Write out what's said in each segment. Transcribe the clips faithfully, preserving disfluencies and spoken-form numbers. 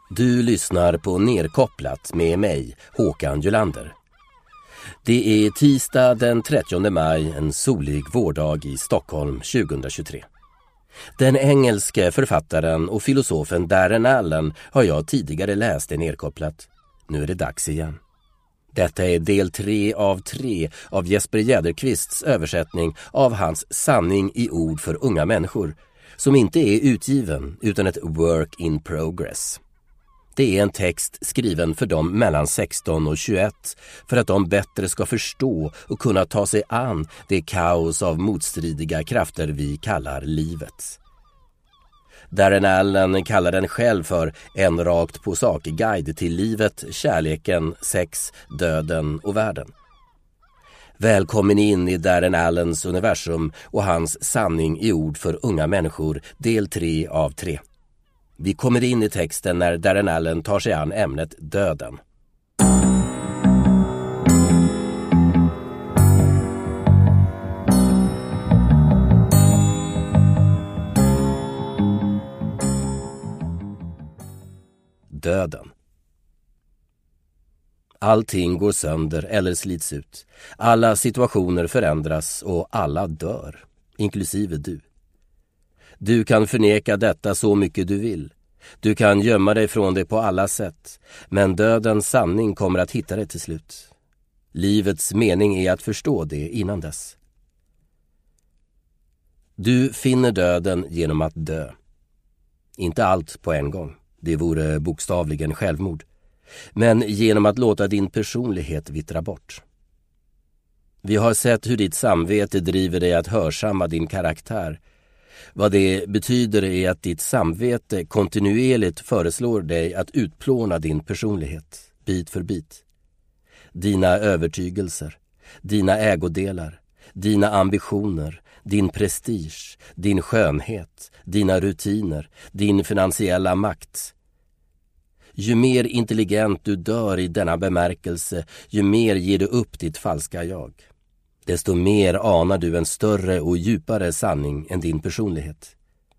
Du lyssnar på Nerkopplat med mig, Håkan Jölander. Det är tisdag den trettionde maj, en solig vårdag i Stockholm tjugohundratjugotre. Den engelske författaren och filosofen Darren Allen har jag tidigare läst i Nerkopplat. Nu är det dags igen. Detta är del tre av tre av Jesper Jäderqvists översättning av hans Sanning i ord för unga människor, som inte är utgiven utan ett work in progress. Det är en text skriven för dem mellan sexton och tjugoett för att de bättre ska förstå och kunna ta sig an det kaos av motstridiga krafter vi kallar livet. Darren Allen kallar den själv för en rakt på sak-guide till livet, kärleken, sex, döden och världen. Välkommen in i Darren Allens universum och hans Sanning i ord för unga människor, del tre av tre. Vi kommer in i texten när Darren Allen tar sig an ämnet döden. Döden. Allting går sönder eller slits ut. Alla situationer förändras och alla dör, inklusive du. Du kan förneka detta så mycket du vill. Du kan gömma dig från det på alla sätt. Men dödens sanning kommer att hitta dig till slut. Livets mening är att förstå det innan dess. Du finner döden genom att dö. Inte allt på en gång. Det vore bokstavligen självmord. Men genom att låta din personlighet vittra bort. Vi har sett hur ditt samvete driver dig att hörsamma din karaktär. Vad det betyder är att ditt samvete kontinuerligt föreslår dig att utplåna din personlighet, bit för bit. Dina övertygelser, dina ägodelar, dina ambitioner, din prestige, din skönhet, dina rutiner, din finansiella makt. Ju mer intelligent du dör i denna bemärkelse, ju mer ger du upp ditt falska jag. Desto mer anar du en större och djupare sanning än din personlighet.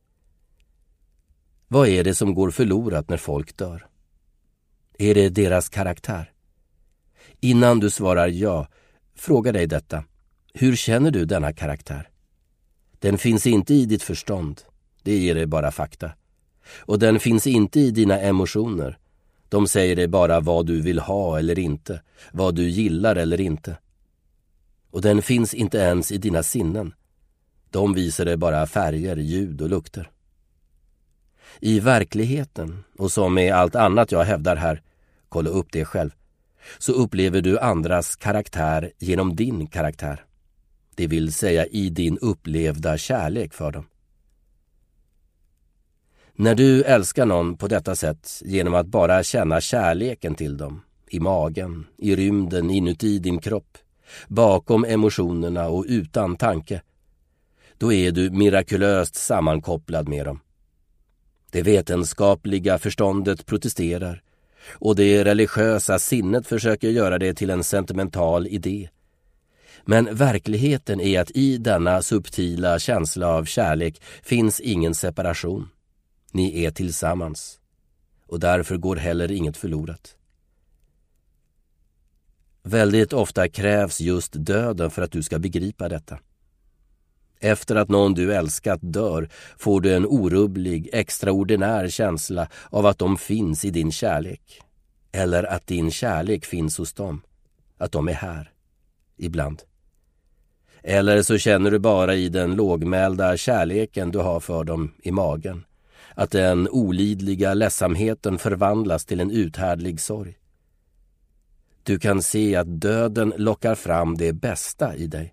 Vad är det som går förlorat när folk dör? Är det deras karaktär? Innan du svarar ja, fråga dig detta. Hur känner du denna karaktär? Den finns inte i ditt förstånd. Det ger dig bara fakta. Och den finns inte i dina emotioner. De säger dig bara vad du vill ha eller inte, vad du gillar eller inte. Och den finns inte ens i dina sinnen. De visar dig bara färger, ljud och lukter. I verkligheten, och som med allt annat jag hävdar här, kolla upp det själv, så upplever du andras karaktär genom din karaktär. Det vill säga i din upplevda kärlek för dem. När du älskar någon på detta sätt genom att bara känna kärleken till dem, i magen, i rymden, inuti din kropp, bakom emotionerna och utan tanke, då är du mirakulöst sammankopplad med dem. Det vetenskapliga förståndet protesterar och det religiösa sinnet försöker göra det till en sentimental idé. Men verkligheten är att i denna subtila känsla av kärlek finns ingen separation. Ni är tillsammans och därför går heller inget förlorat. Väldigt ofta krävs just döden för att du ska begripa detta. Efter att någon du älskat dör får du en orubblig, extraordinär känsla av att de finns i din kärlek. Eller att din kärlek finns hos dem. Att de är här. Ibland. Eller så känner du bara i den lågmälda kärleken du har för dem i magen. Att den olidliga ledsamheten förvandlas till en uthärdlig sorg. Du kan se att döden lockar fram det bästa i dig.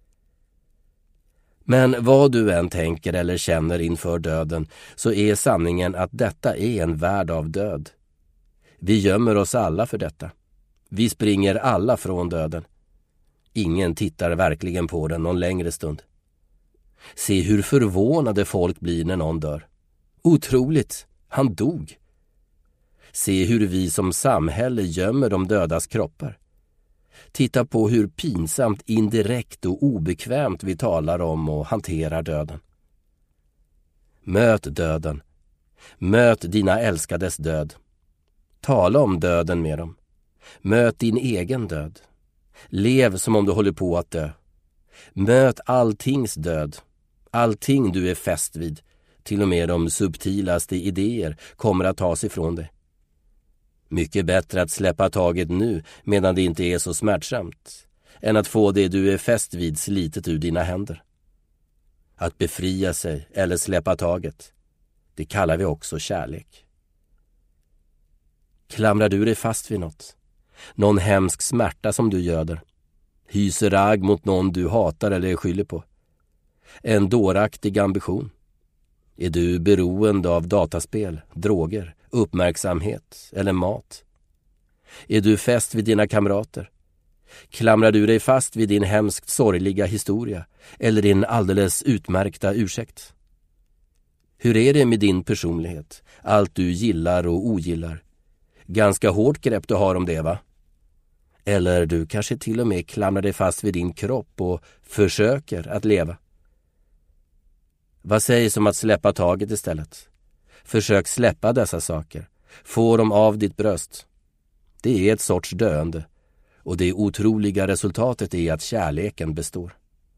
Men vad du än tänker eller känner inför döden så är sanningen att detta är en värld av död. Vi gömmer oss alla för detta. Vi springer alla från döden. Ingen tittar verkligen på den någon längre stund. Se hur förvånade folk blir när någon dör. Otroligt, han dog. Se hur vi som samhälle gömmer de dödas kroppar. Titta på hur pinsamt, indirekt och obekvämt vi talar om och hanterar döden. Möt döden. Möt dina älskades död. Tala om döden med dem. Möt din egen död. Lev som om du håller på att dö. Möt alltings död. Allting du är fäst vid, till och med de subtilaste idéer, kommer att tas ifrån dig. Mycket bättre att släppa taget nu medan det inte är så smärtsamt, än att få det du är fäst vid slitet ur dina händer. Att befria sig eller släppa taget, det kallar vi också kärlek. Klamrar du dig fast vid något? Någon hemsk smärta som du göder? Hyser ragg mot någon du hatar eller skyller på? En dåraktig ambition? Är du beroende av dataspel, droger, uppmärksamhet eller mat? Är du fäst vid dina kamrater? Klamrar du dig fast vid din hemskt sorgliga historia eller din alldeles utmärkta ursäkt? Hur är det med din personlighet? Allt du gillar och ogillar. Ganska hårt grepp du har om det, va? Eller du kanske till och med klamrar dig fast vid din kropp och försöker att leva. Vad sägs om att släppa taget istället? Försök släppa dessa saker. Få dem av ditt bröst. Det är ett sorts döende. Och det otroliga resultatet är att kärleken består.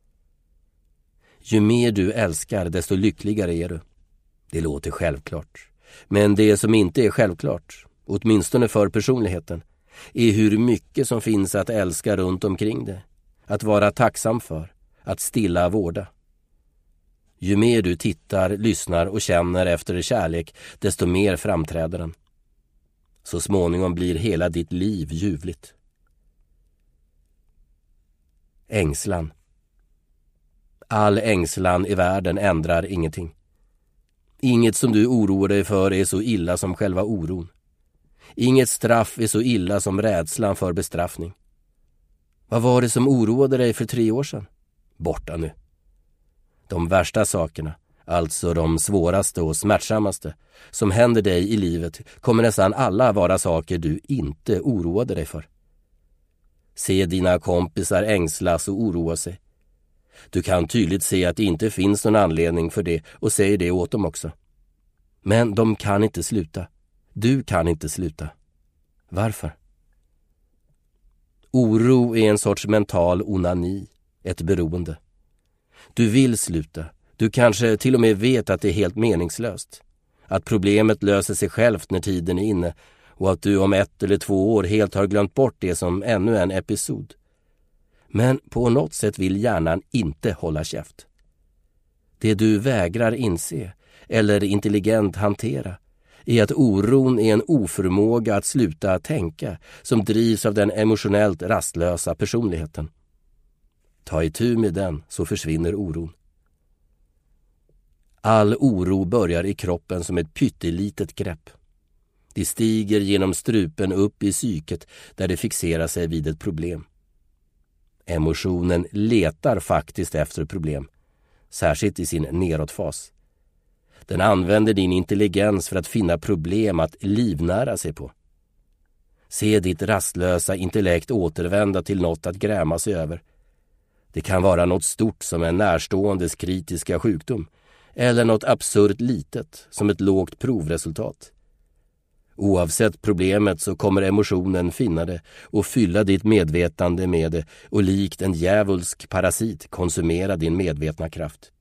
Ju mer du älskar, desto lyckligare är du. Det låter självklart. Men det som inte är självklart, åtminstone för personligheten, är hur mycket som finns att älska runt omkring dig. Att vara tacksam för. Att stilla vårda. Ju mer du tittar, lyssnar och känner efter kärlek, desto mer framträder den. Så småningom blir hela ditt liv ljuvligt. Ängslan. All ängslan i världen ändrar ingenting. Inget som du oroar dig för är så illa som själva oron. Inget straff är så illa som rädslan för bestraffning. Vad var det som oroade dig för tre år sedan? Borta nu. De värsta sakerna, alltså de svåraste och smärtsammaste, som händer dig i livet kommer nästan alla vara saker du inte oroade dig för. Se dina kompisar ängslas och oroa sig. Du kan tydligt se att det inte finns någon anledning för det och säger det åt dem också. Men de kan inte sluta. Du kan inte sluta. Varför? Oro är en sorts mental onani, ett beroende. Du vill sluta. Du kanske till och med vet att det är helt meningslöst. Att problemet löser sig självt när tiden är inne och att du om ett eller två år helt har glömt bort det som ännu en episod. Men på något sätt vill hjärnan inte hålla käft. Det du vägrar inse eller intelligent hantera är att oron är en oförmåga att sluta tänka som drivs av den emotionellt rastlösa personligheten. Ta itu med den så försvinner oron. All oro börjar i kroppen som ett pyttelitet grepp. Det stiger genom strupen upp i psyket där det fixerar sig vid ett problem. Emotionen letar faktiskt efter problem, särskilt i sin nedåtfas. Den använder din intelligens för att finna problem att livnära sig på. Se ditt rastlösa intellekt återvända till något att gräma sig över. Det kan vara något stort som en närståendes kritiska sjukdom eller något absurt litet som ett lågt provresultat. Oavsett problemet så kommer emotionen finna det och fylla ditt medvetande med det och likt en djävulsk parasit konsumera din medvetna kraft.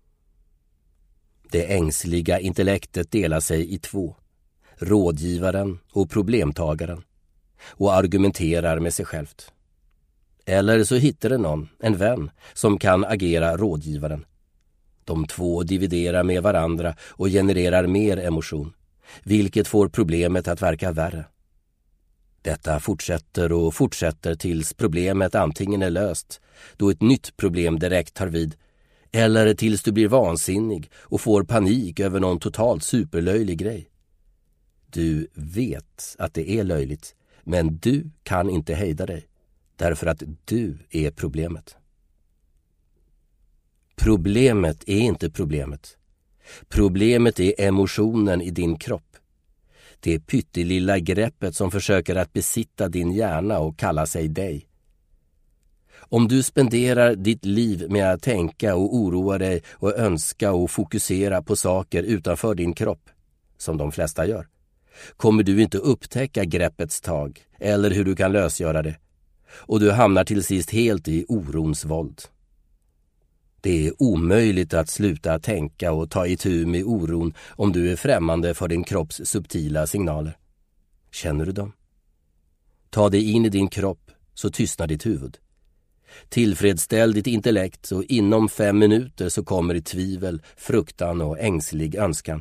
Det ängsliga intellektet delar sig i två, rådgivaren och problemtagaren, och argumenterar med sig självt. Eller så hittar det någon, en vän, som kan agera rådgivaren. De två dividerar med varandra och genererar mer emotion, vilket får problemet att verka värre. Detta fortsätter och fortsätter tills problemet antingen är löst, då ett nytt problem direkt tar vid, eller tills du blir vansinnig och får panik över någon totalt superlöjlig grej. Du vet att det är löjligt, men du kan inte hejda dig, därför att du är problemet. Problemet är inte problemet. Problemet är emotionen i din kropp. Det pyttelilla greppet som försöker att besitta din hjärna och kalla sig dig. Om du spenderar ditt liv med att tänka och oroa dig och önska och fokusera på saker utanför din kropp, som de flesta gör, kommer du inte upptäcka greppets tag eller hur du kan lösgöra det, och du hamnar till sist helt i orons våld. Det är omöjligt att sluta tänka och ta itu med oron om du är främmande för din kropps subtila signaler. Känner du dem? Ta dig in i din kropp så tystnar ditt huvud. Tillfredsställ ditt intellekt och inom fem minuter så kommer tvivel, fruktan och ängslig önskan.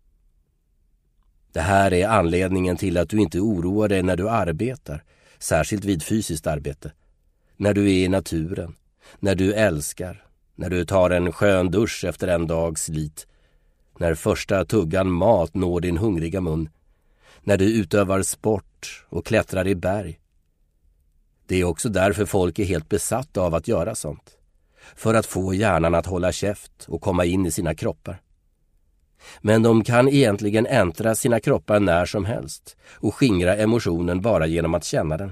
Det här är anledningen till att du inte oroar dig när du arbetar, särskilt vid fysiskt arbete. När du är i naturen, när du älskar, när du tar en skön dusch efter en dags slit, när första tuggan mat når din hungriga mun, när du utövar sport och klättrar i berg. Det är också därför folk är helt besatta av att göra sånt. För att få hjärnan att hålla käft och komma in i sina kroppar. Men de kan egentligen äntra sina kroppar när som helst och skingra emotionen bara genom att känna den.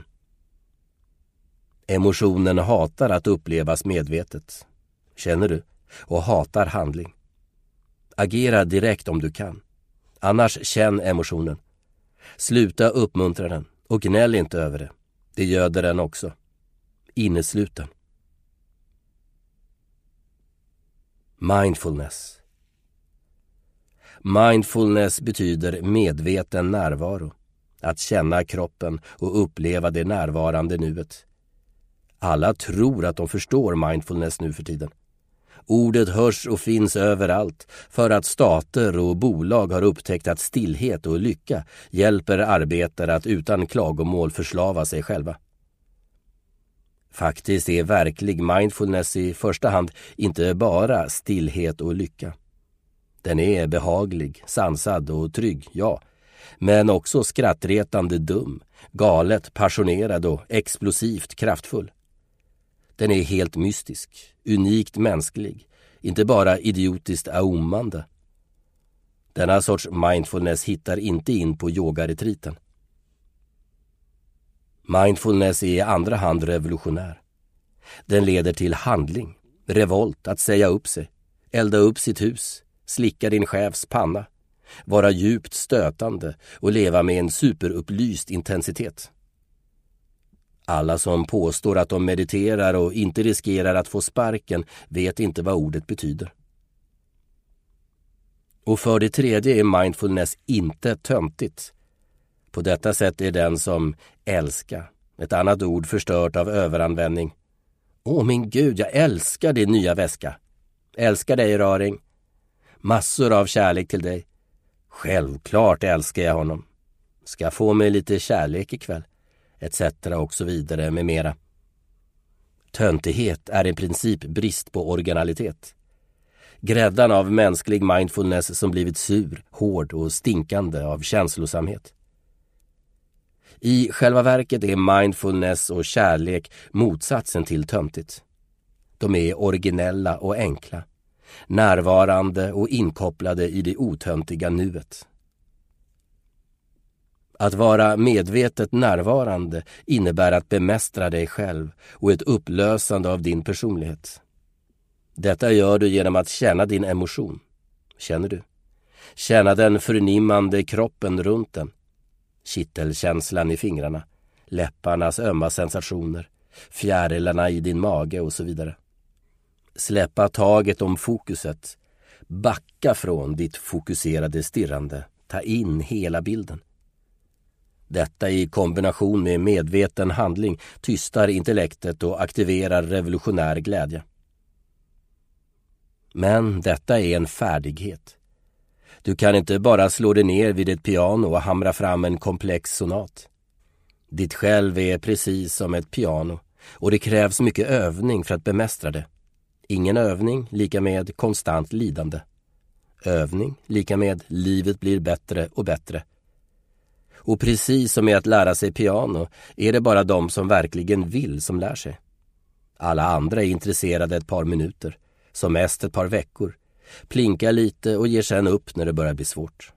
Emotionen hatar att upplevas medvetet. Känner du? Och hatar handling. Agera direkt om du kan. Annars känn emotionen. Sluta uppmuntra den och gnäll inte över det. Det göder den också. Innesluten. Mindfulness. Mindfulness betyder medveten närvaro. Att känna kroppen och uppleva det närvarande nuet. Alla tror att de förstår mindfulness nu för tiden. Ordet hörs och finns överallt för att stater och bolag har upptäckt att stillhet och lycka hjälper arbetare att utan klagomål förslava sig själva. Faktiskt är verklig mindfulness i första hand inte bara stillhet och lycka. Den är behaglig, sansad och trygg, ja, men också skrattretande dum, galet, passionerad och explosivt kraftfull. Den är helt mystisk, unikt mänsklig, inte bara idiotiskt aomande. Denna sorts mindfulness hittar inte in på yogaretriten. Mindfulness är i andra hand revolutionär. Den leder till handling, revolt, att säga upp sig, elda upp sitt hus, slicka din chefs panna, vara djupt stötande och leva med en superupplyst intensitet. Alla som påstår att de mediterar och inte riskerar att få sparken vet inte vad ordet betyder. Och för det tredje är mindfulness inte töntigt. På detta sätt är den som älskar, ett annat ord förstört av överanvändning. Åh min gud, jag älskar din nya väska. Älskar dig, raring. Massor av kärlek till dig. Självklart älskar jag honom. Ska få mig lite kärlek ikväll. Etc. och så vidare med mera. Töntighet är i princip brist på originalitet. Gräddan av mänsklig mindfulness som blivit sur, hård och stinkande av känslosamhet. I själva verket är mindfulness och kärlek motsatsen till töntigt. De är originella och enkla, närvarande och inkopplade i det otöntiga nuet. Att vara medvetet närvarande innebär att bemästra dig själv och ett upplösande av din personlighet. Detta gör du genom att känna din emotion. Känner du? Känna den förnimmande kroppen runt den. Kittelkänslan i fingrarna, läpparnas ömma sensationer, fjärilarna i din mage och så vidare. Släppa taget om fokuset. Backa från ditt fokuserade stirrande. Ta in hela bilden. Detta i kombination med medveten handling tystar intellektet och aktiverar revolutionär glädje. Men detta är en färdighet. Du kan inte bara slå dig ner vid ett piano och hamra fram en komplex sonat. Ditt själv är precis som ett piano och det krävs mycket övning för att bemästra det. Ingen övning lika med konstant lidande. Övning lika med livet blir bättre och bättre. Och precis som med att lära sig piano är det bara de som verkligen vill som lär sig. Alla andra är intresserade ett par minuter, som mest ett par veckor, plinkar lite och ger sedan upp när det börjar bli svårt.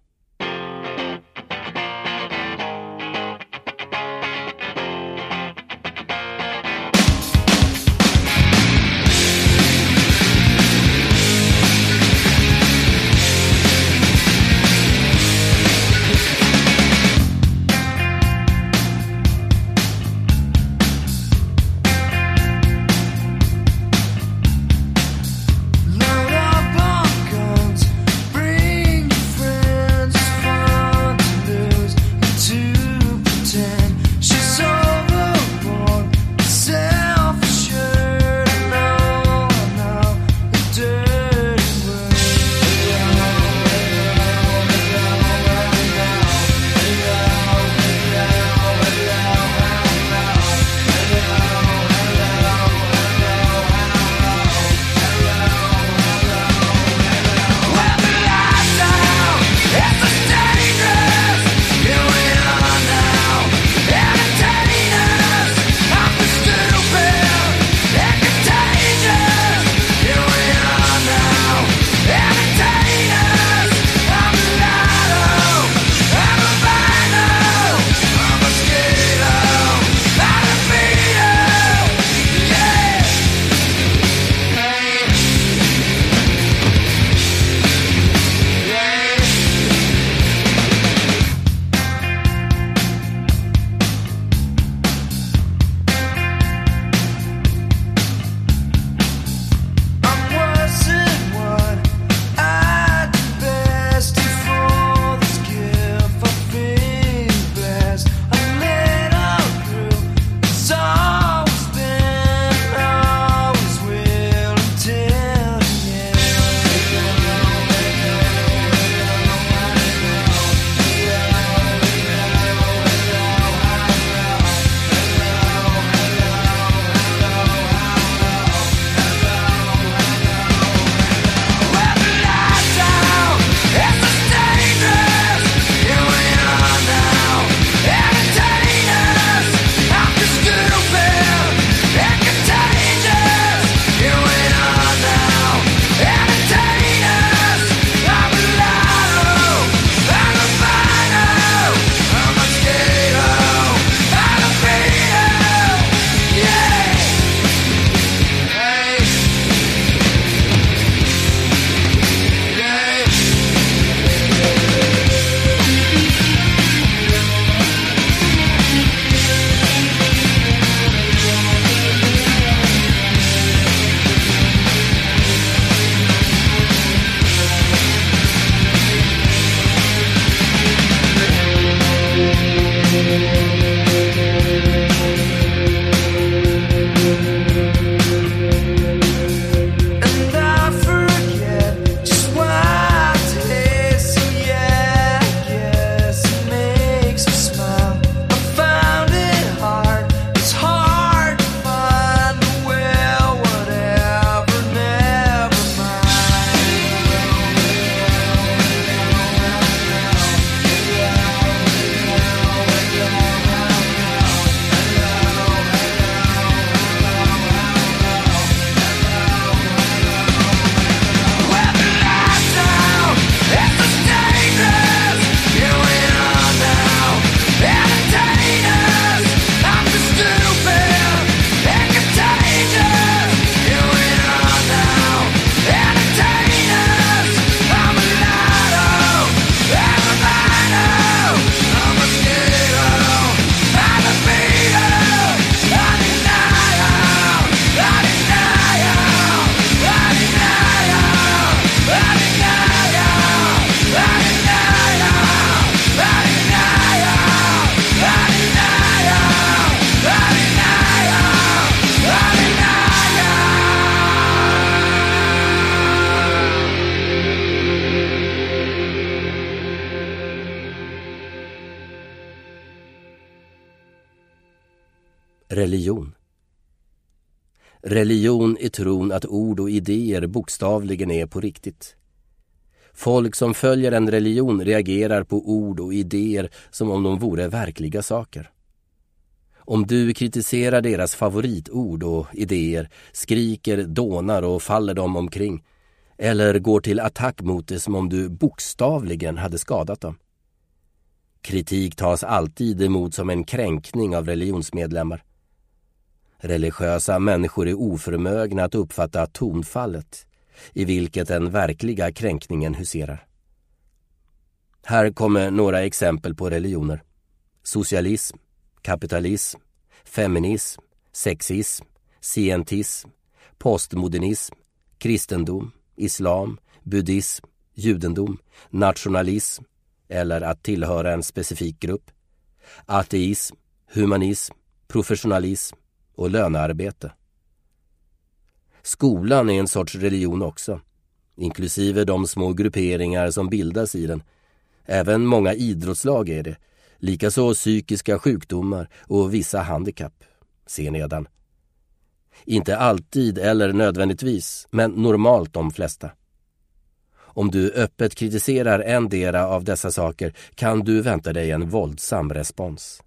Religion. Religion är tron att ord och idéer bokstavligen är på riktigt. Folk som följer en religion reagerar på ord och idéer som om de vore verkliga saker. Om du kritiserar deras favoritord och idéer, skriker, dånar och faller dem omkring, eller går till attack mot det som om du bokstavligen hade skadat dem. Kritik tas alltid emot som en kränkning av religionsmedlemmar. Religiösa människor är oförmögna att uppfatta tonfallet i vilket den verkliga kränkningen huserar. Här kommer några exempel på religioner: socialism, kapitalism, feminism, sexism, scientism, postmodernism, kristendom, islam, buddhism, judendom, nationalism eller att tillhöra en specifik grupp, ateism, humanism, professionalism och lönearbete. Skolan är en sorts religion också, inklusive de små grupperingar som bildas i den. Även många idrottslag är det, likaså psykiska sjukdomar och vissa handikapp. Se nedan. Inte alltid eller nödvändigtvis, men normalt de flesta. Om du öppet kritiserar en del av dessa saker kan du vänta dig en våldsam respons.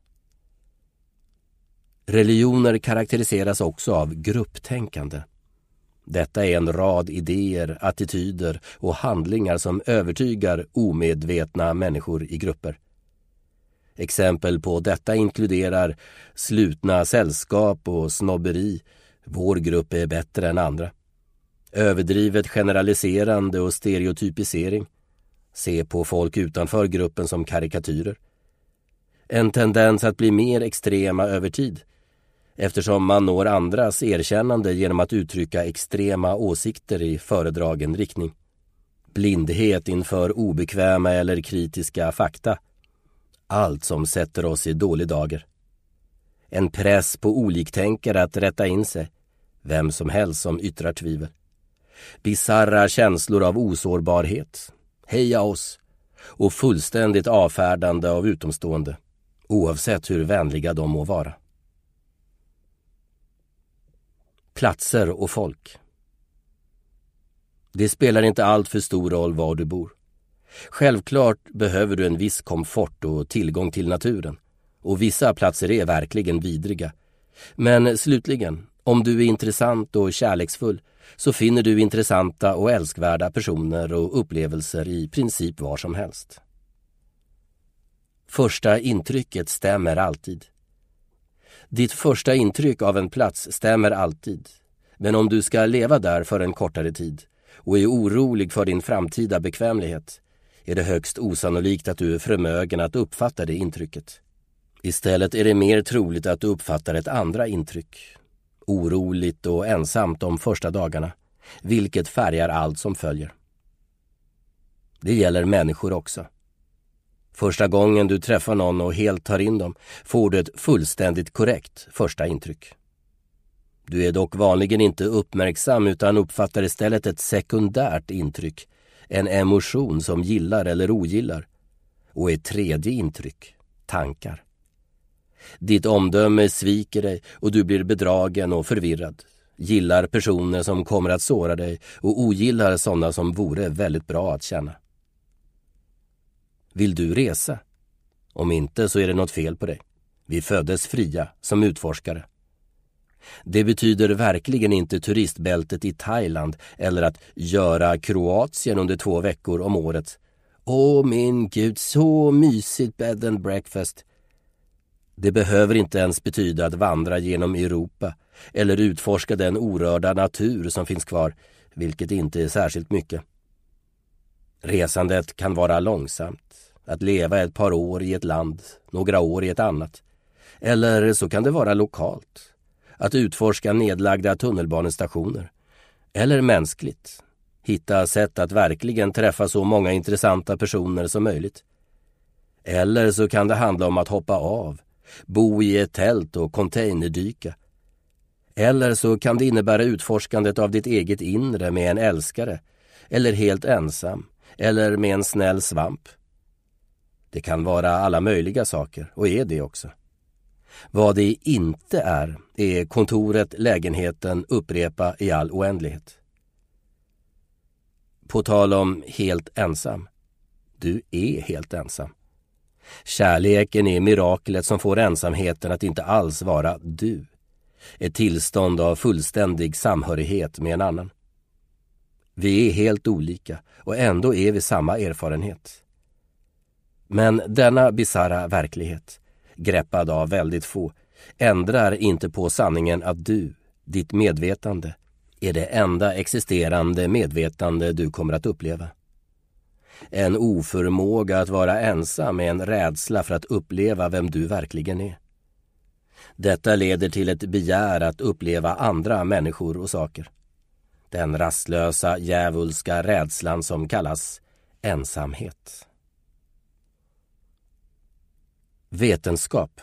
Religioner karaktäriseras också av grupptänkande. Detta är en rad idéer, attityder och handlingar som övertygar omedvetna människor i grupper. Exempel på detta inkluderar slutna sällskap och snobberi, vår grupp är bättre än andra. Överdrivet generaliserande och stereotypisering, se på folk utanför gruppen som karikatyrer. En tendens att bli mer extrema över tid, eftersom man når andras erkännande genom att uttrycka extrema åsikter i föredragen riktning. Blindhet inför obekväma eller kritiska fakta. Allt som sätter oss i dålig dager. En press på oliktänkare att rätta in sig, vem som helst som yttrar tvivel. Bizarra känslor av osårbarhet, heja oss, och fullständigt avfärdande av utomstående, oavsett hur vänliga de må vara. Platser och folk. Det spelar inte allt för stor roll var du bor. Självklart behöver du en viss komfort och tillgång till naturen, och vissa platser är verkligen vidriga. Men slutligen, om du är intressant och kärleksfull så finner du intressanta och älskvärda personer och upplevelser i princip var som helst. Första intrycket stämmer alltid. Ditt första intryck av en plats stämmer alltid, men om du ska leva där för en kortare tid och är orolig för din framtida bekvämlighet är det högst osannolikt att du är förmögen att uppfatta det intrycket. Istället är det mer troligt att du uppfattar ett andra intryck, oroligt och ensamt de första dagarna, vilket färgar allt som följer. Det gäller människor också. Första gången du träffar någon och helt tar in dem får du ett fullständigt korrekt första intryck. Du är dock vanligen inte uppmärksam utan uppfattar istället ett sekundärt intryck, en emotion som gillar eller ogillar, och ett tredje intryck, tankar. Ditt omdöme sviker dig och du blir bedragen och förvirrad, gillar personer som kommer att såra dig och ogillar sådana som vore väldigt bra att känna. Vill du resa? Om inte så är det något fel på dig. Vi föddes fria som utforskare. Det betyder verkligen inte turistbältet i Thailand eller att göra Kroatien under två veckor om året. Åh min gud, så mysigt bed and breakfast. Det behöver inte ens betyda att vandra genom Europa eller utforska den orörda natur som finns kvar, vilket inte är särskilt mycket. Resandet kan vara långsamt, att leva ett par år i ett land, några år i ett annat. Eller så kan det vara lokalt, att utforska nedlagda tunnelbanestationer. Eller mänskligt, hitta sätt att verkligen träffa så många intressanta personer som möjligt. Eller så kan det handla om att hoppa av, bo i ett tält och containerdyka. Eller så kan det innebära utforskandet av ditt eget inre med en älskare, eller helt ensam, eller med en snäll svamp. Det kan vara alla möjliga saker, och är det också. Vad det inte är, är kontoret, lägenheten, upprepa i all oändlighet. På tal om helt ensam. Du är helt ensam. Kärleken är miraklet som får ensamheten att inte alls vara du. Ett tillstånd av fullständig samhörighet med en annan. Vi är helt olika och ändå är vi samma erfarenhet. Men denna bizarra verklighet, greppad av väldigt få, ändrar inte på sanningen att du, ditt medvetande, är det enda existerande medvetande du kommer att uppleva. En oförmåga att vara ensam är en rädsla för att uppleva vem du verkligen är. Detta leder till ett begär att uppleva andra människor och saker. Den rastlösa, djävulska rädslan som kallas ensamhet. Vetenskap.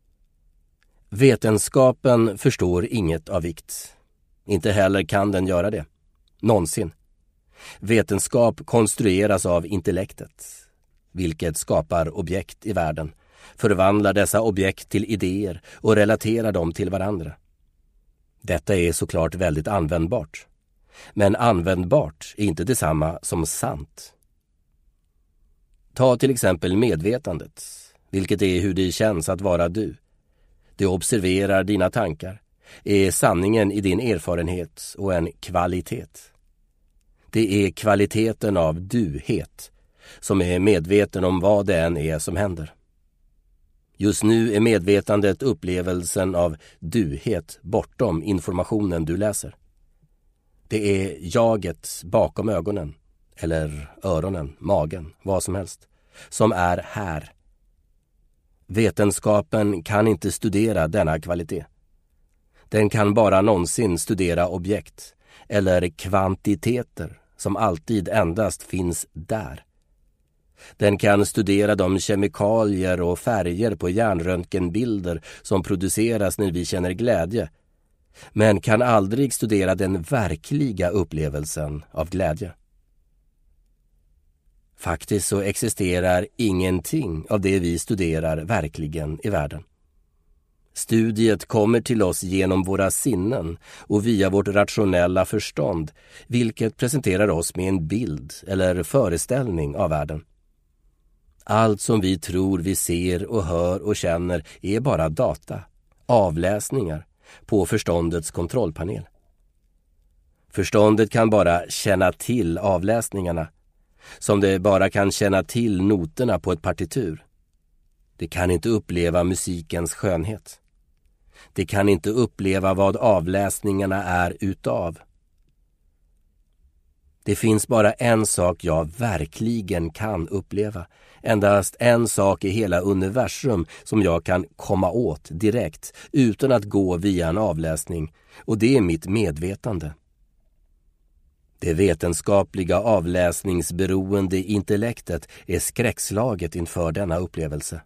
Vetenskapen förstår inget av vikt. Inte heller kan den göra det. Någonsin. Vetenskap konstrueras av intellektet, vilket skapar objekt i världen, förvandlar dessa objekt till idéer och relaterar dem till varandra. Detta är såklart väldigt användbart. Men användbart är inte detsamma som sant. Ta till exempel medvetandet, vilket är hur det känns att vara du. Det observerar dina tankar, är sanningen i din erfarenhet och en kvalitet. Det är kvaliteten av duhet som är medveten om vad det än är som händer. Just nu är medvetandet upplevelsen av duhet bortom informationen du läser. Det är jaget bakom ögonen, eller öronen, magen, vad som helst, som är här. Vetenskapen kan inte studera denna kvalitet. Den kan bara någonsin studera objekt, eller kvantiteter, som alltid endast finns där. Den kan studera de kemikalier och färger på hjärnröntgenbilder som produceras när vi känner glädje, men kan aldrig studera den verkliga upplevelsen av glädje. Faktiskt så existerar ingenting av det vi studerar verkligen i världen. Studiet kommer till oss genom våra sinnen och via vårt rationella förstånd, vilket presenterar oss med en bild eller föreställning av världen. Allt som vi tror vi ser och hör och känner är bara data, avläsningar på förståndets kontrollpanel. Förståndet kan bara känna till avläsningarna, som det bara kan känna till noterna på ett partitur. Det kan inte uppleva musikens skönhet. Det kan inte uppleva vad avläsningarna är utav. Det finns bara en sak jag verkligen kan uppleva. Endast en sak i hela universum som jag kan komma åt direkt utan att gå via en avläsning, och det är mitt medvetande. Det vetenskapliga avläsningsberoende intellektet är skräckslaget inför denna upplevelse.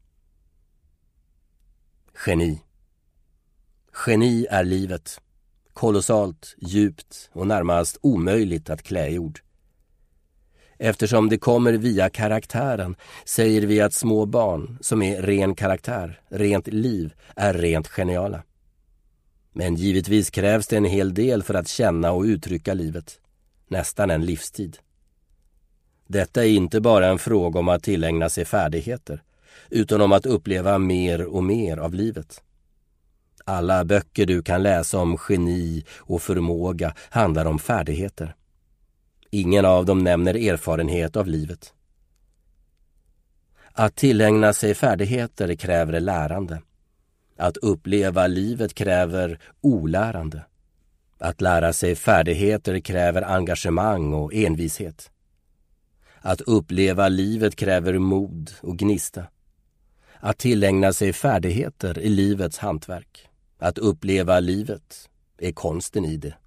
Geni. Geni är livet. Kolossalt, djupt och närmast omöjligt att klä i ord. Eftersom det kommer via karaktären säger vi att små barn som är ren karaktär, rent liv, är rent geniala. Men givetvis krävs det en hel del för att känna och uttrycka livet. Nästan en livstid. Detta är inte bara en fråga om att tillägna sig färdigheter, utan om att uppleva mer och mer av livet. Alla böcker du kan läsa om geni och förmåga handlar om färdigheter. Ingen av dem nämner erfarenhet av livet. Att tillägna sig färdigheter kräver lärande. Att uppleva livet kräver olärande. Att lära sig färdigheter kräver engagemang och envishet. Att uppleva livet kräver mod och gnista. Att tillägna sig färdigheter i livets hantverk. Att uppleva livet är konsten i det.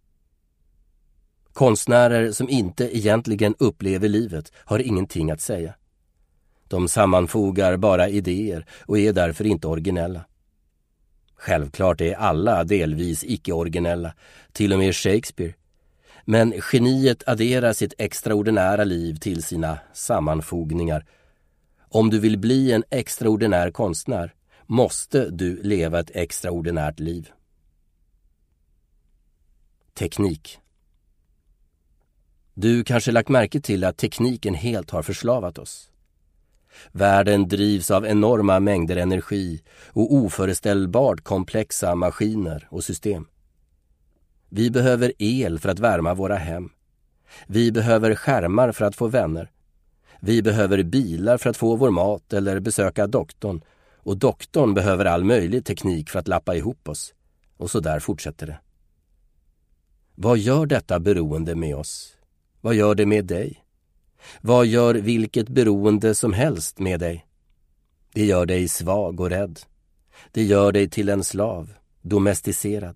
Konstnärer som inte egentligen upplever livet har ingenting att säga. De sammanfogar bara idéer och är därför inte originella. Självklart är alla delvis icke-originella, till och med Shakespeare. Men geniet adderar sitt extraordinära liv till sina sammanfogningar. Om du vill bli en extraordinär konstnär Måste du leva ett extraordinärt liv? Teknik. Du kanske lagt märke till att tekniken helt har förslavat oss. Världen drivs av enorma mängder energi och oföreställbart komplexa maskiner och system. Vi behöver el för att värma våra hem. Vi behöver skärmar för att få vänner. Vi behöver bilar för att få vår mat eller besöka doktorn. Och doktorn behöver all möjlig teknik för att lappa ihop oss. Och så där fortsätter det. Vad gör detta beroende med oss? Vad gör det med dig? Vad gör vilket beroende som helst med dig? Det gör dig svag och rädd. Det gör dig till en slav, domesticerad.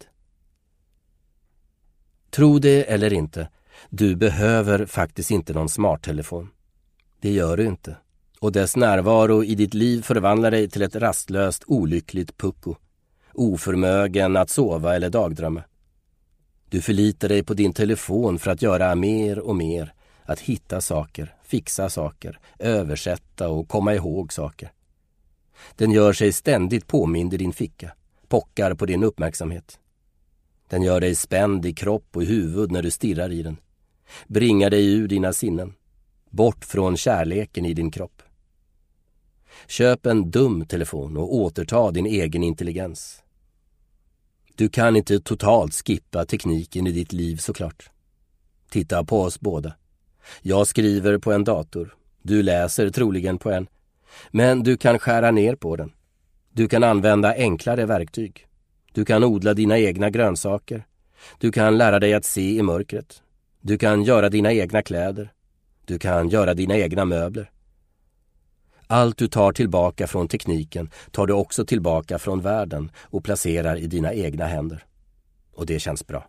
Tro det eller inte, du behöver faktiskt inte någon smarttelefon. Det gör du inte. Och dess närvaro i ditt liv förvandlar dig till ett rastlöst, olyckligt pucko. Oförmögen att sova eller dagdrömma. Du förlitar dig på din telefon för att göra mer och mer. Att hitta saker, fixa saker, översätta och komma ihåg saker. Den gör sig ständigt påmind i din ficka, pockar på din uppmärksamhet. Den gör dig spänd i kropp och huvud när du stirrar i den. Bringar dig ur dina sinnen, bort från kärleken i din kropp. Köp en dum telefon och återta din egen intelligens. Du kan inte totalt skippa tekniken i ditt liv såklart. Titta på oss båda. Jag skriver på en dator. Du läser troligen på en. Men du kan skära ner på den. Du kan använda enklare verktyg. Du kan odla dina egna grönsaker. Du kan lära dig att se i mörkret. Du kan göra dina egna kläder. Du kan göra dina egna möbler. Allt du tar tillbaka från tekniken tar du också tillbaka från världen och placerar i dina egna händer. Och det känns bra.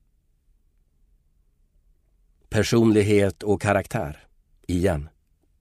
Personlighet och karaktär. Igen.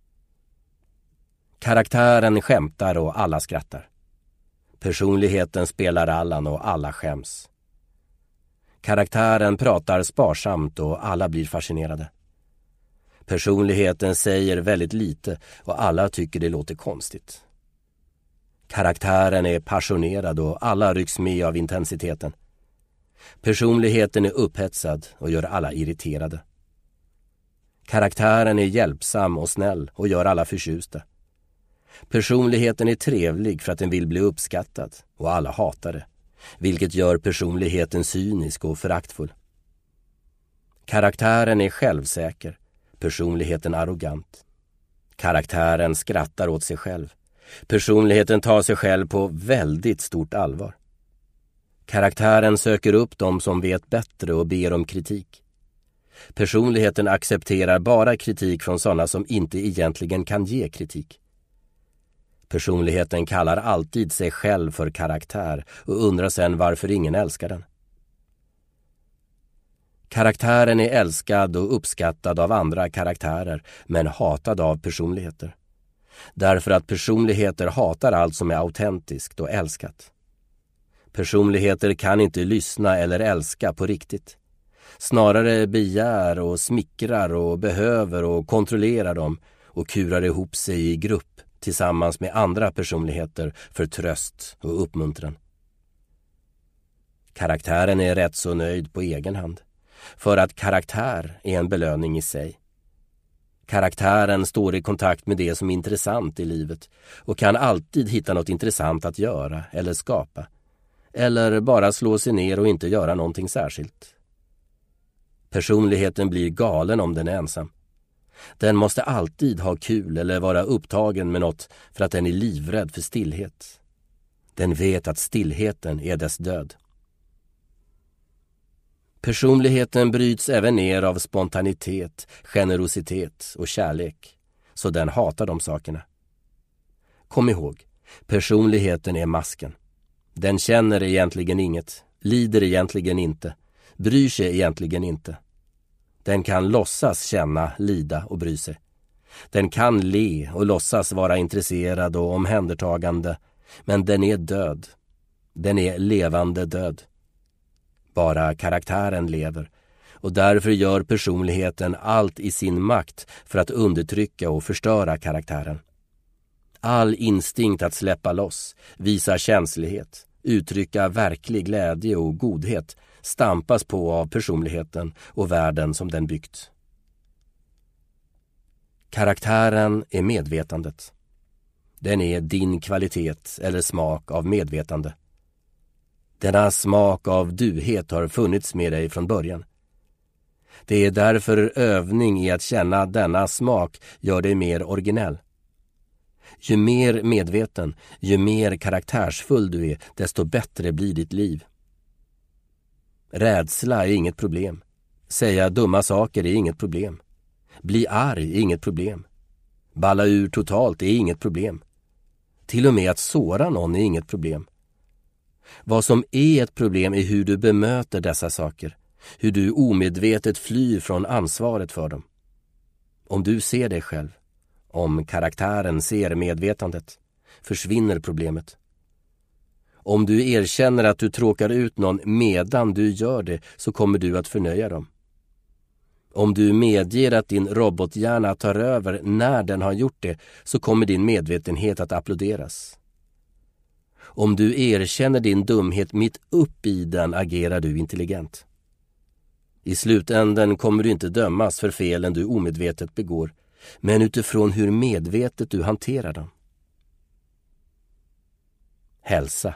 Karaktären skämtar och alla skrattar. Personligheten spelar Allan och alla skäms. Karaktären pratar sparsamt och alla blir fascinerade. Personligheten säger väldigt lite och alla tycker det låter konstigt. Karaktären är passionerad och alla rycks med av intensiteten. Personligheten är upphetsad och gör alla irriterade. Karaktären är hjälpsam och snäll och gör alla förtjusta. Personligheten är trevlig för att den vill bli uppskattad och alla hatar det, vilket gör personligheten cynisk och föraktfull. Karaktären är självsäker, personligheten arrogant. Karaktären skrattar åt sig själv. Personligheten tar sig själv på väldigt stort allvar. Karaktären söker upp dem som vet bättre och ber om kritik. Personligheten accepterar bara kritik från sådana som inte egentligen kan ge kritik. Personligheten kallar alltid sig själv för karaktär och undrar sedan varför ingen älskar den. Karaktären är älskad och uppskattad av andra karaktärer men hatad av personligheter. Därför att personligheter hatar allt som är autentiskt och älskat. Personligheter kan inte lyssna eller älska på riktigt. Snarare begär och smickrar och behöver och kontrollerar dem och kurar ihop sig i grupp tillsammans med andra personligheter för tröst och uppmuntran. Karaktären är rätt så nöjd på egen hand, för att karaktär är en belöning i sig. Karaktären står i kontakt med det som är intressant i livet och kan alltid hitta något intressant att göra eller skapa, eller bara slå sig ner och inte göra någonting särskilt. Personligheten blir galen om den är ensam. Den måste alltid ha kul eller vara upptagen med något för att den är livrädd för stillhet. Den vet att stillheten är dess död. Personligheten bryts även ner av spontanitet, generositet och kärlek, så den hatar de sakerna. Kom ihåg, personligheten är masken. Den känner egentligen inget, lider egentligen inte, bryr sig egentligen inte. Den kan låtsas känna, lida och bry sig. Den kan le och låtsas vara intresserad och omhändertagande, men den är död. Den är levande död. Bara karaktären lever, och därför gör personligheten allt i sin makt för att undertrycka och förstöra karaktären. All instinkt att släppa loss, visa känslighet, uttrycka verklig glädje och godhet stampas på av personligheten och världen som den byggt. Karaktären är medvetandet. Den är din kvalitet eller smak av medvetande. Denna smak av duhet har funnits med dig från början. Det är därför övning i att känna denna smak gör dig mer originell. Ju mer medveten, ju mer karaktärsfull du är, desto bättre blir ditt liv. Rädsla är inget problem. Säga dumma saker är inget problem. Bli arg är inget problem. Balla ur totalt är inget problem. Till och med att såra någon är inget problem. Vad som är ett problem är hur du bemöter dessa saker. Hur du omedvetet flyr från ansvaret för dem. Om du ser dig själv, om karaktären ser medvetandet, försvinner problemet. Om du erkänner att du tråkar ut någon medan du gör det, så kommer du att förnöja dem. Om du medger att din robothjärna tar över när den har gjort det, så kommer din medvetenhet att applåderas. Om du erkänner din dumhet mitt upp i den, agerar du intelligent. I slutänden kommer du inte dömas för felen du omedvetet begår, men utifrån hur medvetet du hanterar dem. Hälsa.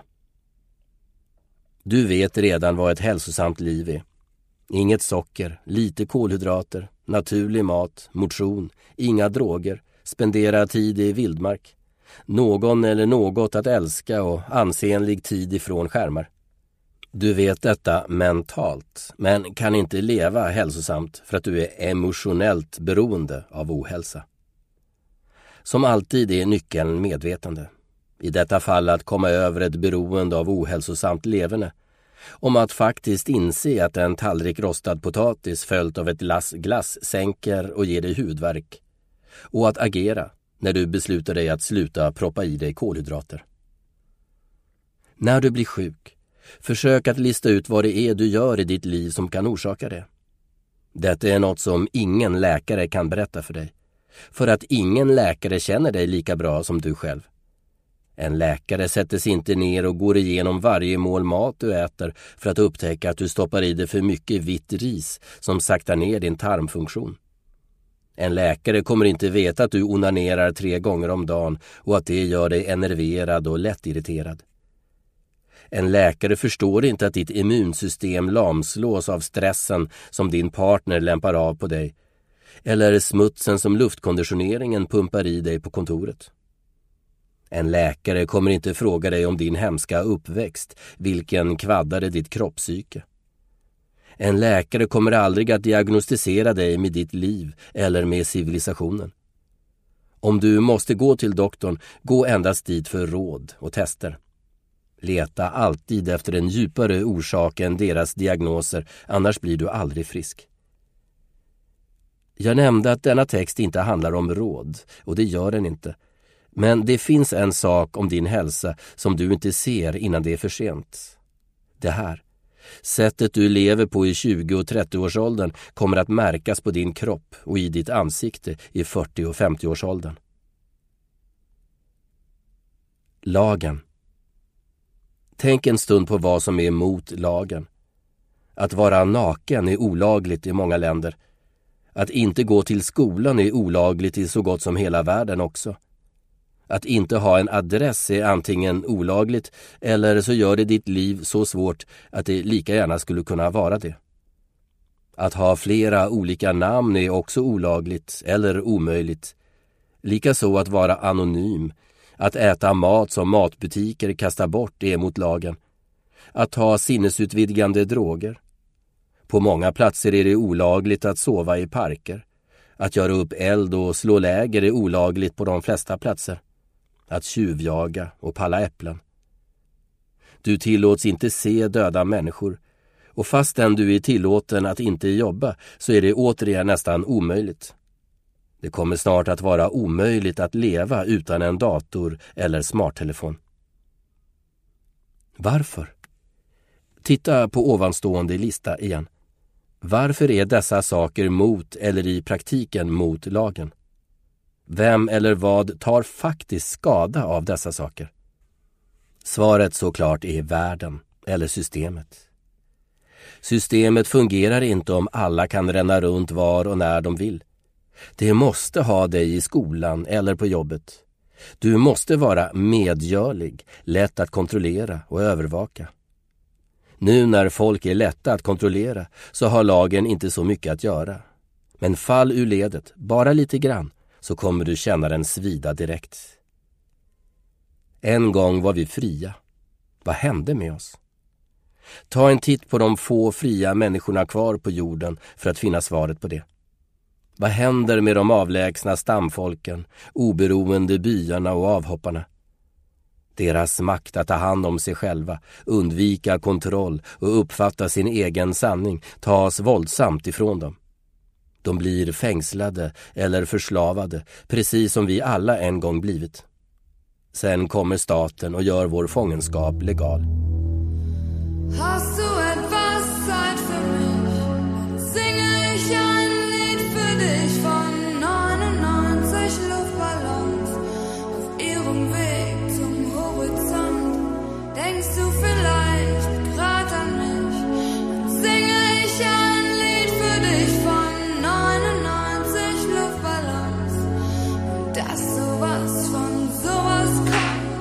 Du vet redan vad ett hälsosamt liv är. Inget socker, lite kolhydrater, naturlig mat, motion, inga droger, spendera tid i vildmark, någon eller något att älska och ansenlig tid ifrån skärmar. Du vet detta mentalt, men kan inte leva hälsosamt för att du är emotionellt beroende av ohälsa. Som alltid är nyckeln medvetande. I detta fall att komma över ett beroende av ohälsosamt leverne. Om att faktiskt inse att en tallrik rostad potatis följt av ett glass glass sänker och ger dig hudvärk. Och att agera när du beslutar dig att sluta proppa i dig kolhydrater. När du blir sjuk, försök att lista ut vad det är du gör i ditt liv som kan orsaka det. Detta är något som ingen läkare kan berätta för dig. För att ingen läkare känner dig lika bra som du själv. En läkare sätter sig inte ner och går igenom varje mål mat du äter för att upptäcka att du stoppar i dig för mycket vitt ris som saktar ner din tarmfunktion. En läkare kommer inte veta att du onanerar tre gånger om dagen och att det gör dig enerverad och lättirriterad. En läkare förstår inte att ditt immunsystem lamslås av stressen som din partner lämpar av på dig eller smutsen som luftkonditioneringen pumpar i dig på kontoret. En läkare kommer inte fråga dig om din hemska uppväxt, vilken kvaddade ditt kroppspsyke. En läkare kommer aldrig att diagnostisera dig med ditt liv eller med civilisationen. Om du måste gå till doktorn, gå endast dit för råd och tester. Leta alltid efter en djupare orsak än deras diagnoser, annars blir du aldrig frisk. Jag nämnde att denna text inte handlar om råd, och det gör den inte. Men det finns en sak om din hälsa som du inte ser innan det är för sent. Det här. Sättet du lever på i tjugo- och trettio-årsåldern kommer att märkas på din kropp och i ditt ansikte i fyrtio- och femtio-årsåldern. Lagen. Tänk en stund på vad som är emot lagen. Att vara naken är olagligt i många länder. Att inte gå till skolan är olagligt i så gott som hela världen också. Att inte ha en adress är antingen olagligt eller så gör det ditt liv så svårt att det lika gärna skulle kunna vara det. Att ha flera olika namn är också olagligt eller omöjligt. Likaså att vara anonym. Att äta mat som matbutiker kastar bort är mot lagen. Att ha sinnesutvidgande droger. På många platser är det olagligt att sova i parker. Att göra upp eld och slå läger är olagligt på de flesta platser. Att tjuvjaga och palla äpplen. Du tillåts inte se döda människor. Och fastän du är tillåten att inte jobba så är det återigen nästan omöjligt. Det kommer snart att vara omöjligt att leva utan en dator eller smarttelefon. Varför? Titta på ovanstående lista igen. Varför är dessa saker mot eller i praktiken mot lagen? Vem eller vad tar faktiskt skada av dessa saker? Svaret såklart är världen eller systemet. Systemet fungerar inte om alla kan ränna runt var och när de vill. Det måste ha dig i skolan eller på jobbet. Du måste vara medgörlig, lätt att kontrollera och övervaka. Nu när folk är lätta att kontrollera så har lagen inte så mycket att göra. Men fall ur ledet, bara lite grann, så kommer du känna den svida direkt. En gång var vi fria. Vad hände med oss? Ta en titt på de få fria människorna kvar på jorden för att finna svaret på det. Vad händer med de avlägsna stamfolken, oberoende byarna och avhopparna? Deras makt att ta hand om sig själva, undvika kontroll och uppfatta sin egen sanning tas våldsamt ifrån dem. De blir fängslade eller förslavade, precis som vi alla en gång blivit. Sen kommer staten och gör vår fångenskap legal. Hast du etwas Zeit für mich? Singe ich ein Lied für dich von neunundneunzig Luftballons auf ihrem Weg zum Horizont. Denkst du vielleicht grad an mich? Dann singe ich ein Lied für dich von neunundneunzig Luftballons und dass sowas von sowas kommt.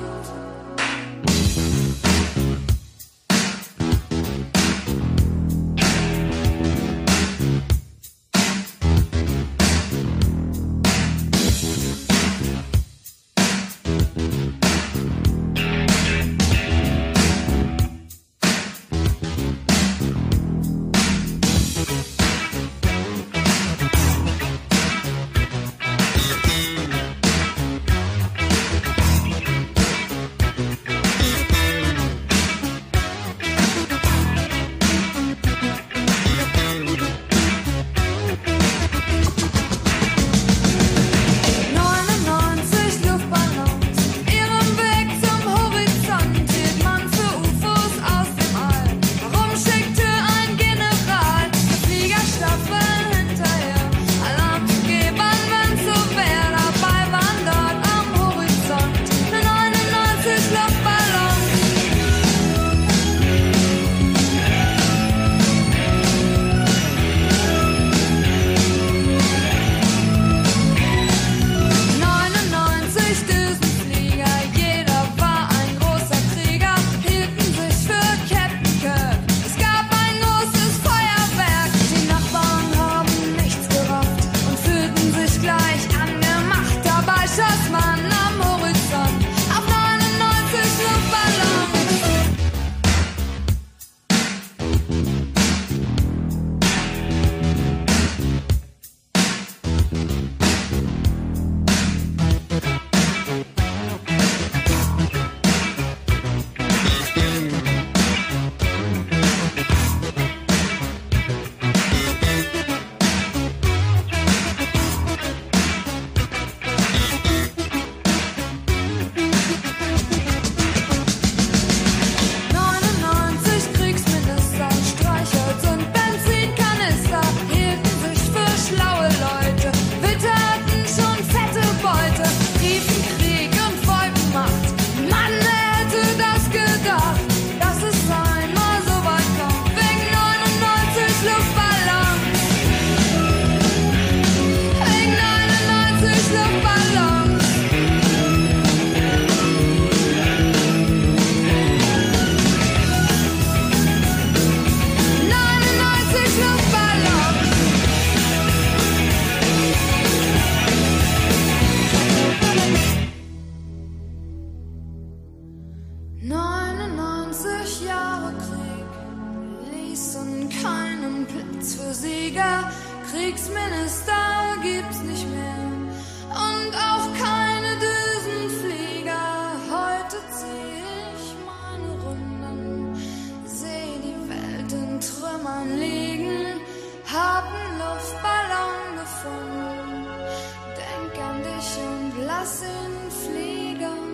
neunundneunzig Jahre Krieg ließen keinen Platz für Sieger. Kriegsminister gibt's nicht mehr und auch keine Düsenflieger. Heute zieh ich meine Runden, seh die Welt in Trümmern liegen, hab einen Luftballon gefunden, denk an dich und lass ihn fliegen.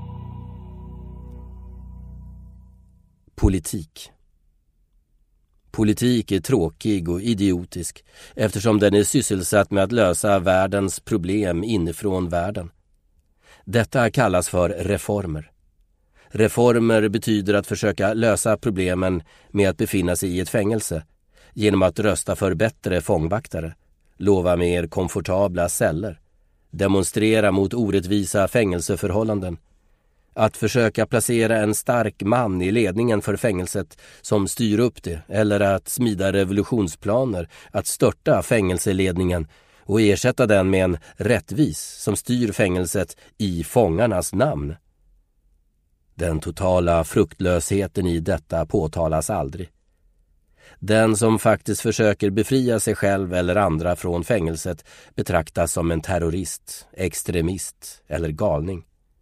Politik. Politik är tråkig och idiotisk eftersom den är sysselsatt med att lösa världens problem inifrån världen. Detta kallas för reformer. Reformer betyder att försöka lösa problemen med att befinna sig i ett fängelse genom att rösta för bättre fångvaktare, lova mer komfortabla celler, demonstrera mot orättvisa fängelseförhållanden, att försöka placera en stark man i ledningen för fängelset som styr upp det eller att smida revolutionsplaner att störta fängelseledningen och ersätta den med en rättvis som styr fängelset i fångarnas namn. Den totala fruktlösheten i detta påtalas aldrig. Den som faktiskt försöker befria sig själv eller andra från fängelset betraktas som en terrorist, extremist eller galning.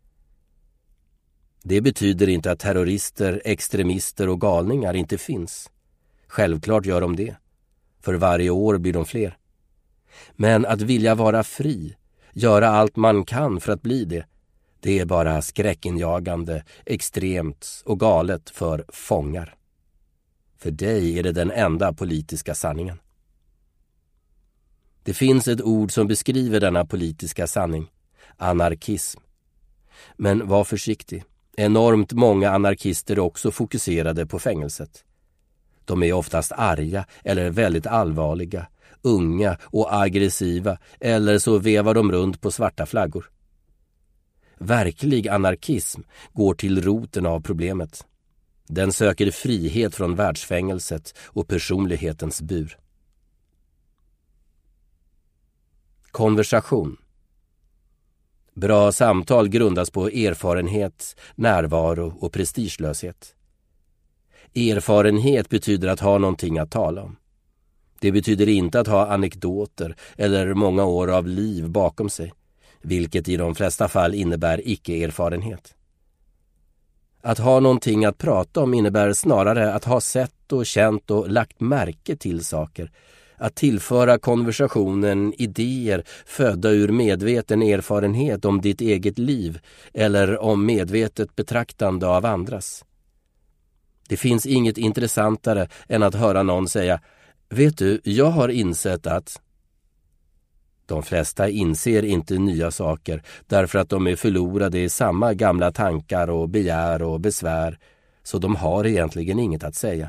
Det betyder inte att terrorister, extremister och galningar inte finns. Självklart gör de det. För varje år blir de fler. Men att vilja vara fri, göra allt man kan för att bli det, det är bara skräckinjagande, extremt och galet för fångar. För dig är det den enda politiska sanningen. Det finns ett ord som beskriver denna politiska sanning, anarkism. Men var försiktig. Enormt många anarkister är också fokuserade på fängelset. De är oftast arga eller väldigt allvarliga, unga och aggressiva eller så vevar de runt på svarta flaggor. Verklig anarkism går till roten av problemet. Den söker frihet från världsfängelset och personlighetens bur. Konversation. Bra samtal grundas på erfarenhet, närvaro och prestigelöshet. Erfarenhet betyder att ha någonting att tala om. Det betyder inte att ha anekdoter eller många år av liv bakom sig, vilket i de flesta fall innebär icke-erfarenhet. Att ha någonting att prata om innebär snarare att ha sett och känt och lagt märke till saker, att tillföra konversationen idéer födda ur medveten erfarenhet om ditt eget liv eller om medvetet betraktande av andras. Det finns inget intressantare än att höra någon säga: vet du, jag har insett att... De flesta inser inte nya saker därför att de är förlorade i samma gamla tankar och begär och besvär, så de har egentligen inget att säga.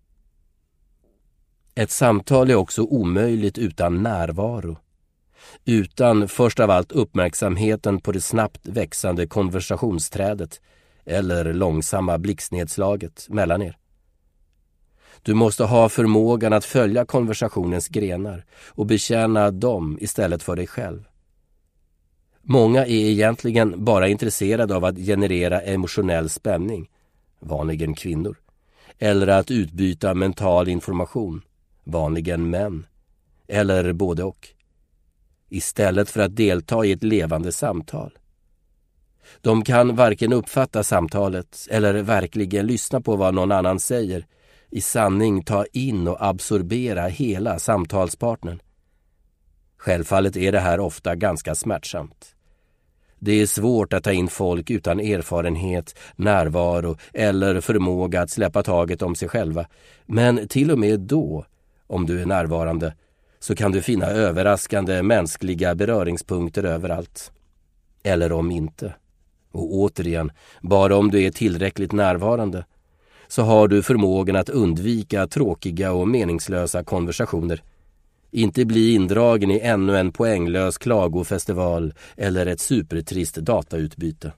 Ett samtal är också omöjligt utan närvaro. Utan först av allt uppmärksamheten på det snabbt växande konversationsträdet eller långsamma blixtnedslaget mellan er. Du måste ha förmågan att följa konversationens grenar och betjäna dem istället för dig själv. Många är egentligen bara intresserade av att generera emotionell spänning, vanligen kvinnor, eller att utbyta mental information, vanligen män, eller både och, istället för att delta i ett levande samtal. De kan varken uppfatta samtalet eller verkligen lyssna på vad någon annan säger, i sanning ta in och absorbera hela samtalspartnern. Självfallet är det här ofta ganska smärtsamt. Det är svårt att ta in folk utan erfarenhet, närvaro eller förmåga att släppa taget om sig själva. Men till och med då, om du är närvarande, så kan du finna överraskande mänskliga beröringspunkter överallt. Eller om inte. Och återigen, bara om du är tillräckligt närvarande, så har du förmågan att undvika tråkiga och meningslösa konversationer. Inte bli indragen i ännu en poänglös klagofestival eller ett supertrist datautbyte.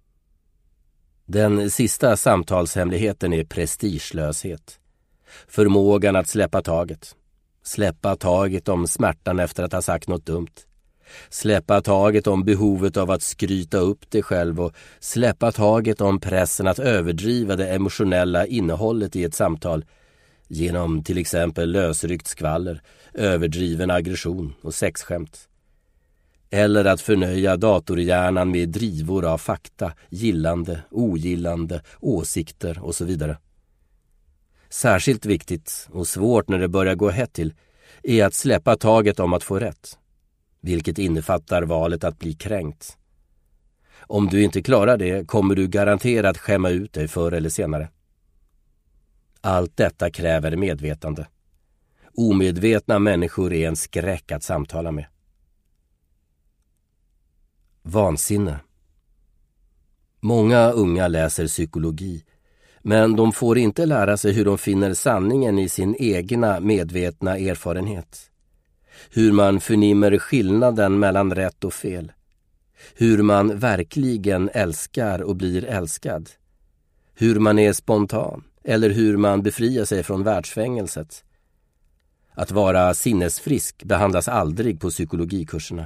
Den sista samtalshemligheten är prestigelöshet. Förmågan att släppa taget. Släppa taget om smärtan efter att ha sagt något dumt. Släppa taget om behovet av att skryta upp dig själv och släppa taget om pressen att överdriva det emotionella innehållet i ett samtal genom till exempel lösryckt skvaller, överdriven aggression och sexskämt. Eller att förnöja datorhjärnan med drivor av fakta, gillande, ogillande, åsikter och så vidare. Särskilt viktigt och svårt när det börjar gå hett till är att släppa taget om att få rätt, vilket innefattar valet att bli kränkt. Om du inte klarar det kommer du garanterat skämma ut dig förr eller senare. Allt detta kräver medvetande. Omedvetna människor är en skräck att samtala med. Vansinne. Många unga läser psykologi, men de får inte lära sig hur de finner sanningen i sin egna medvetna erfarenhet. Hur man förnimmer skillnaden mellan rätt och fel. Hur man verkligen älskar och blir älskad. Hur man är spontan eller hur man befriar sig från världsfängelset. Att vara sinnesfrisk behandlas aldrig på psykologikurserna.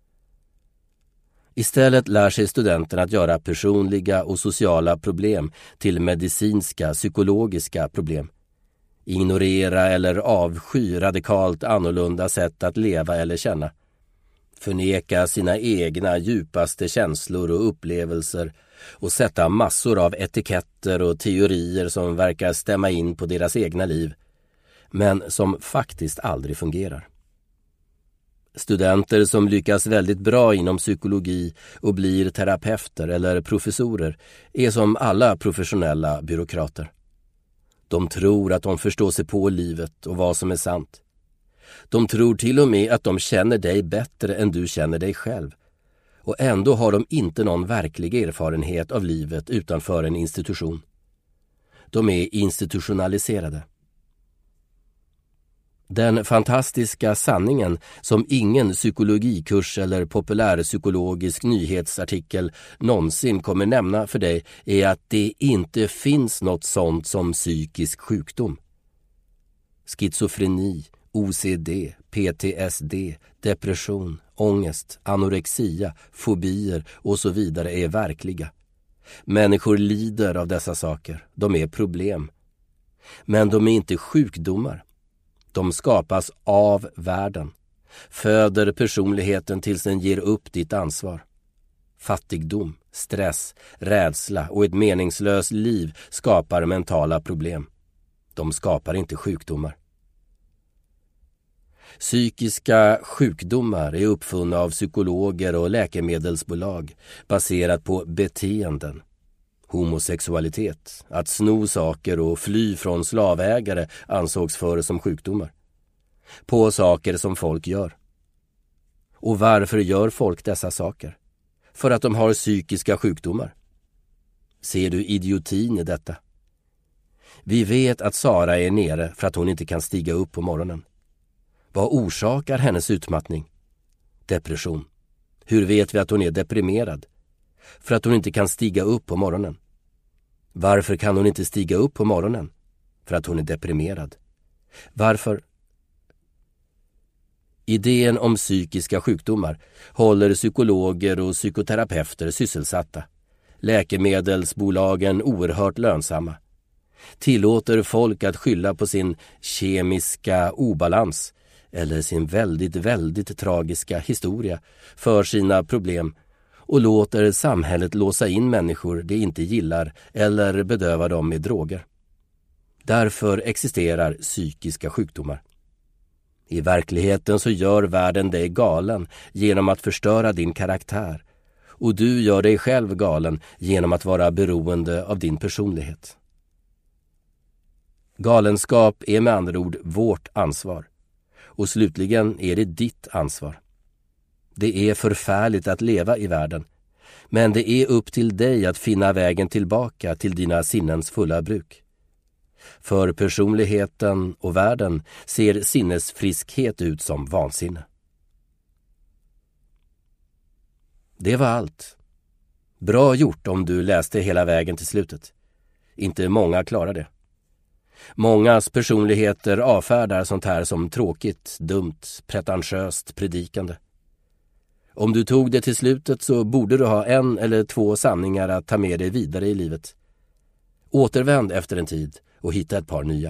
Istället lär sig studenterna att göra personliga och sociala problem till medicinska, psykologiska problem. Ignorera eller avsky radikalt annorlunda sätt att leva eller känna. Förneka sina egna djupaste känslor och upplevelser och sätta massor av etiketter och teorier som verkar stämma in på deras egna liv, men som faktiskt aldrig fungerar. Studenter som lyckas väldigt bra inom psykologi och blir terapeuter eller professorer är som alla professionella byråkrater. De tror att de förstår sig på livet och vad som är sant. De tror till och med att de känner dig bättre än du känner dig själv. Och ändå har de inte någon verklig erfarenhet av livet utanför en institution. De är institutionaliserade. Den fantastiska sanningen som ingen psykologikurs eller populärpsykologisk nyhetsartikel någonsin kommer nämna för dig är att det inte finns något sånt som psykisk sjukdom. Schizofreni, O C D, P T S D, depression, ångest, anorexia, fobier och så vidare är verkliga. Människor lider av dessa saker, de är problem. Men de är inte sjukdomar. De skapas av världen, föder personligheten tills den ger upp ditt ansvar. Fattigdom, stress, rädsla och ett meningslöst liv skapar mentala problem. De skapar inte sjukdomar. Psykiska sjukdomar är uppfunna av psykologer och läkemedelsbolag baserat på beteenden. Homosexualitet, att sno saker och fly från slavägare ansågs förr som sjukdomar. På saker som folk gör. Och varför gör folk dessa saker? För att de har psykiska sjukdomar. Ser du idiotin i detta? Vi vet att Sara är nere för att hon inte kan stiga upp på morgonen. Vad orsakar hennes utmattning? Depression. Hur vet vi att hon är deprimerad? För att hon inte kan stiga upp på morgonen. Varför kan hon inte stiga upp på morgonen? För att hon är deprimerad. Varför? Idén om psykiska sjukdomar håller psykologer och psykoterapeuter sysselsatta. Läkemedelsbolagen oerhört lönsamma. Tillåter folk att skylla på sin kemiska obalans eller sin väldigt, väldigt tragiska historia för sina problem och låter samhället låsa in människor de inte gillar eller bedöva dem med droger. Därför existerar psykiska sjukdomar. I verkligheten så gör världen dig galen genom att förstöra din karaktär, och du gör dig själv galen genom att vara beroende av din personlighet. Galenskap är med andra ord vårt ansvar, och slutligen är det ditt ansvar. Det är förfärligt att leva i världen, men det är upp till dig att finna vägen tillbaka till dina sinnens fulla bruk. För personligheten och världen ser sinnesfriskhet ut som vansinne. Det var allt. Bra gjort om du läste hela vägen till slutet. Inte många klarar det. Mångas personligheter avfärdar sånt här som tråkigt, dumt, pretentiöst, predikande. Om du tog det till slutet så borde du ha en eller två sanningar att ta med dig vidare i livet. Återvänd efter en tid och hitta ett par nya.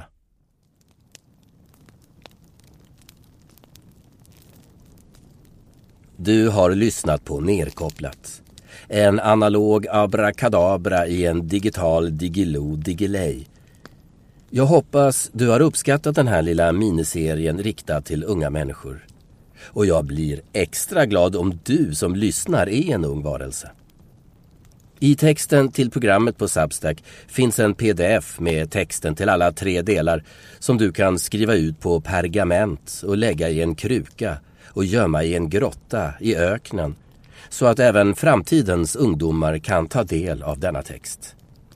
Du har lyssnat på Nerkopplat. En analog abrakadabra i en digital digilo digilej. Jag hoppas du har uppskattat den här lilla miniserien riktad till unga människor. Och jag blir extra glad om du som lyssnar är en ung varelse. I texten till programmet på Substack finns en pdf med texten till alla tre delar som du kan skriva ut på pergament och lägga i en kruka och gömma i en grotta i öknen så att även framtidens ungdomar kan ta del av denna text.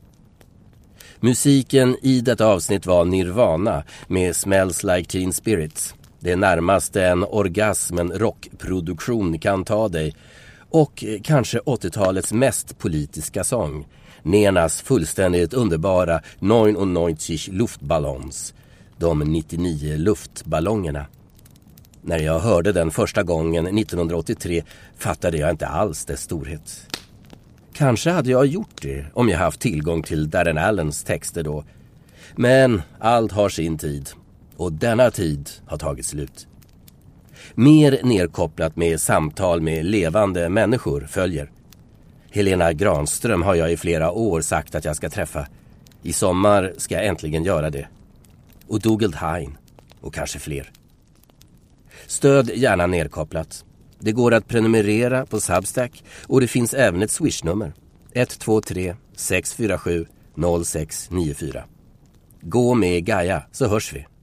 Musiken i detta avsnitt var Nirvana med Smells Like Teen Spirit. Det är närmast en orgasm en rockproduktion kan ta dig. Och kanske åttiotalets mest politiska sång, Nenas fullständigt underbara neunundneunzig Luftballons, de nittionio luftballongerna. När jag hörde den första gången nittonhundraåttiotre fattade jag inte alls dess storhet. Kanske hade jag gjort det om jag haft tillgång till Darren Allens texter då. Men allt har sin tid, och denna tid har tagit slut. Mer nerkopplat med samtal med levande människor följer. Helena Granström har jag i flera år sagt att jag ska träffa. I sommar ska jag äntligen göra det. Och Dougald Hine. Och kanske fler. Stöd gärna nerkopplat. Det går att prenumerera på Substack och det finns även ett Swish-nummer. ett två tre sex fyra sju noll sex nio fyra. Gå med Gaia så hörs vi.